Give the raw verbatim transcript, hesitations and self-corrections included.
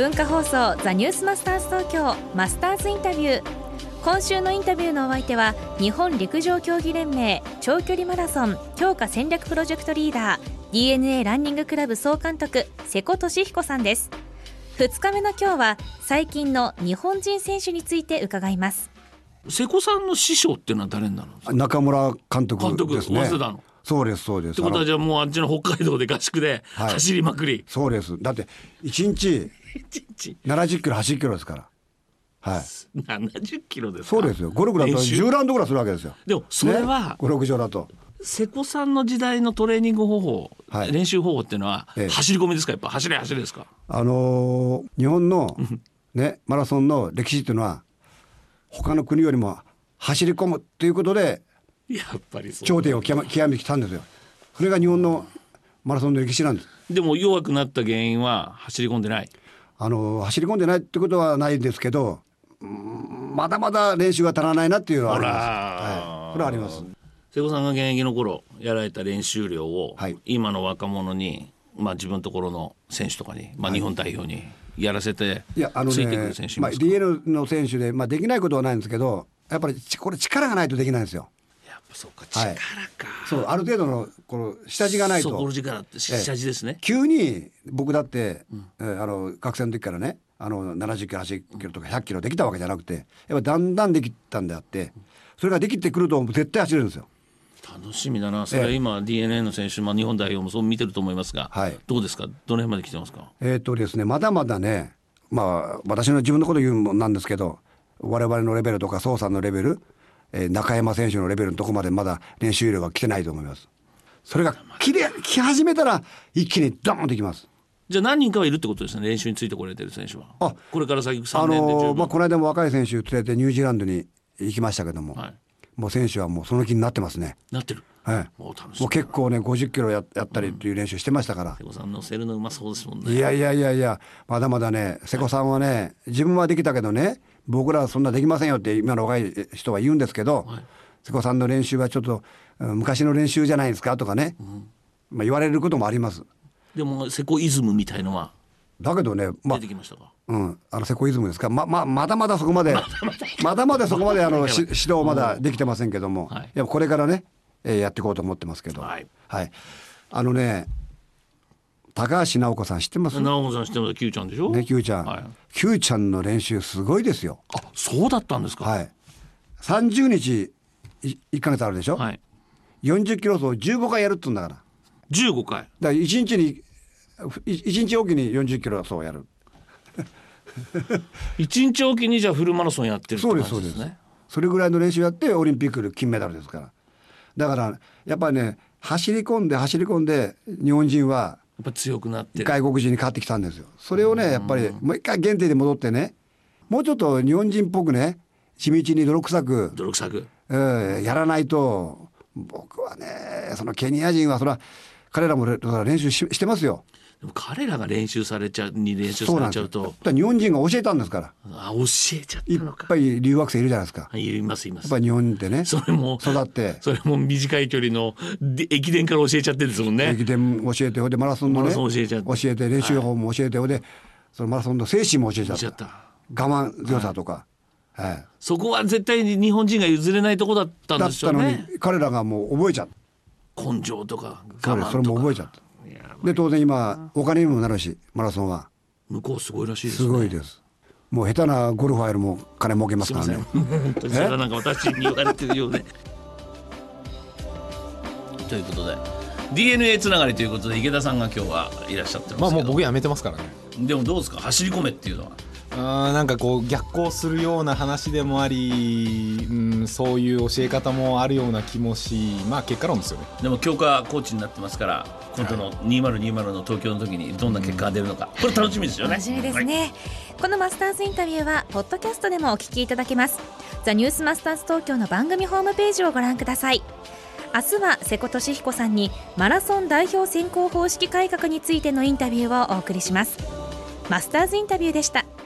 文化放送ザニュースマスターズ東京マスターズインタビュー。今週のインタビューのお相手は日本陸上競技連盟長距離マラソン強化戦略プロジェクトリーダー ディーエヌエー ランニングクラブ総監督瀬古利彦さんです。ふつかめの今日は最近の日本人選手について伺います。 瀬古さんの師匠っていうのは誰になるんですか？ 中村監督ですね。 早稲田の。 そうですそうです。 ってことはじゃあもうあっちの北海道で合宿で走りまくり、はい、 そうです。だっていちにちななじゅっキロ走るキロですから。はい、 ななじゅっキロですか？ そうですよ。ゴルフだとじゅうラウンドぐらいするわけですよ。 でもそれは、ね、 ゴルフ場だと瀬古さんの時代のトレーニング方法、はい、練習方法っていうのは、ええ、走り込みですか？やっぱ走れ走れですか？ あのー、日本の、ね、マラソンの歴史っていうのは他の国よりも走り込むということでやっぱりそう頂点を極めてきたんですよ。それが日本のマラソンの歴史なんです。 でも弱くなった原因は走り込んでない。 あの走り込んでないってことはないんですけど、まだまだ練習が足らないなっていうのはあります。はい、これはあります。 瀬古さんが現役の頃やられた練習量を、はい、今の若者に、まあ、自分のところの選手とかに、まあ、日本代表にやらせてついてくる選手いますか？ いやあのね、まあ、ディーエヌ の選手で、まあ、できないことはないんですけど、やっぱりこれ力がないとできないんですよ。 やっぱそうか、力か、はい、 そうある程度のこの下地がないと。 底力って下地ですね。 急に僕だって、うんえー、あの学生の時からねあのななじゅっキロはちじゅっキロとかひゃっキロできたわけじゃなくて、やっぱだんだんできたんであって、それができてくると絶対走れるんですよ。 楽しみだな。それは今、えー、ディーエヌエー の選手、まあ、日本代表もそう見てると思いますが、はい、どうですか？どの辺まで来てますか？ えーとですね、まだまだね、まあ、私の自分のこと言うもんなんですけど、我々のレベルとか宋さんのレベル、えー、中山選手のレベルのとこまでまだ練習量が来てないと思います。それが来れ来始めたら一気にドーンといきます。 じゃあ何人かはいるってことですね。練習についてこれてる選手は。あ、これから先さんねんで十分、 あのーまあ、この間も若い選手連れてニュージーランドに行きましたけども、はい、もう選手はもうその気になってますね。 なってる、 はい、もう楽しみ。もう結構ねごじゅっキロ や, やったりっていう練習してましたから。 瀬古さん乗せるのうまそうですもんね。 いやいやいやいや、まだまだね瀬古さんはね、はい、自分はできたけどね、僕らはそんなできませんよって今の若い人は言うんですけど、はい、瀬古さんの練習はちょっと昔の練習じゃないですかとかね、うんまあ、言われることもあります。 でも瀬古イズムみたいのはだけどね、まあ、 出てきましたか？ うん、あの瀬古イズムですか、まままだまだそこまでまだまだそこまであの指導まだできてませんけども、はい、いやこれからね、えー、やっていこうと思ってますけど、はいはい、あのね高橋直子さん知ってます？ 直子さん知ってます。 Q ちゃんでしょ、 ね、Q ちゃん、はい、Q ちゃんの練習すごいですよ。 あ、そうだったんですか？はい、 さんじゅうにちいっかげつあるでしょ、はい、よんじゅっキロ走じゅうごかいやるって言うんだから。 じゅうごかいだからいちにちにいちにちおきによんじゅっキロ走をやるいちにちおきにじゃあフルマラソンやってるって感じですね。 そうですそうです。それぐらいの練習やってオリンピックで金メダルですから。だからやっぱりね走り込んで走り込んで日本人はやっぱ強くなって外国人に変わってきたんですよ。それをねやっぱりもう一回原点で戻ってね、もうちょっと日本人っぽくね地道に泥臭く泥臭く、 えー、やらないと。僕はねそのケニア人はそれは彼らも練習 し, してますよ。 でも彼らが練習されちゃうに練習されちゃうと日本人が教えたんですから。 あ、教えちゃったのか。 いっぱい留学生いるじゃないですか。 いますいます。 やっぱり日本ってねそれも育ってそれも短い距離の駅伝から教えちゃってるんですもんね。 駅伝教えてほでマラソンのねマラソン教えちゃって教えて練習法も教えてほで、はい、そのマラソンの精神も教えちゃった。教えちゃった。我慢強さとか、はいはい、 そこは絶対に日本人が譲れないとこだったんでしょうね。 だったのに彼らがもう覚えちゃった。 根性とか我慢とか。 それ、それも覚えちゃった。で当然今お金にもなるしマラソンは向こうすごいらしいですね。 すごいです。もう下手なゴルファーよりも金儲けますからね。 それはなんか私に言われてるようでということで ディーエヌエー つながりということで池田さんが今日はいらっしゃってますけど、 まあもう僕やめてますからね。 でもどうですか走り込めっていうのは。 あなんかこう逆行するような話でもあり、うん、そういう教え方もあるような気もし、まあ結果論ですよね。 でも強化コーチになってますから今度のにせんにじゅうの東京の時にどんな結果が出るのか、これ楽しみですよね。 楽しみですね、はい、このマスターズインタビューはポッドキャストでもお聞きいただけます。ザニュースマスターズ東京の番組ホームページをご覧ください。明日は瀬古利彦さんにマラソン代表選考方式改革についてのインタビューをお送りします。マスターズインタビューでした。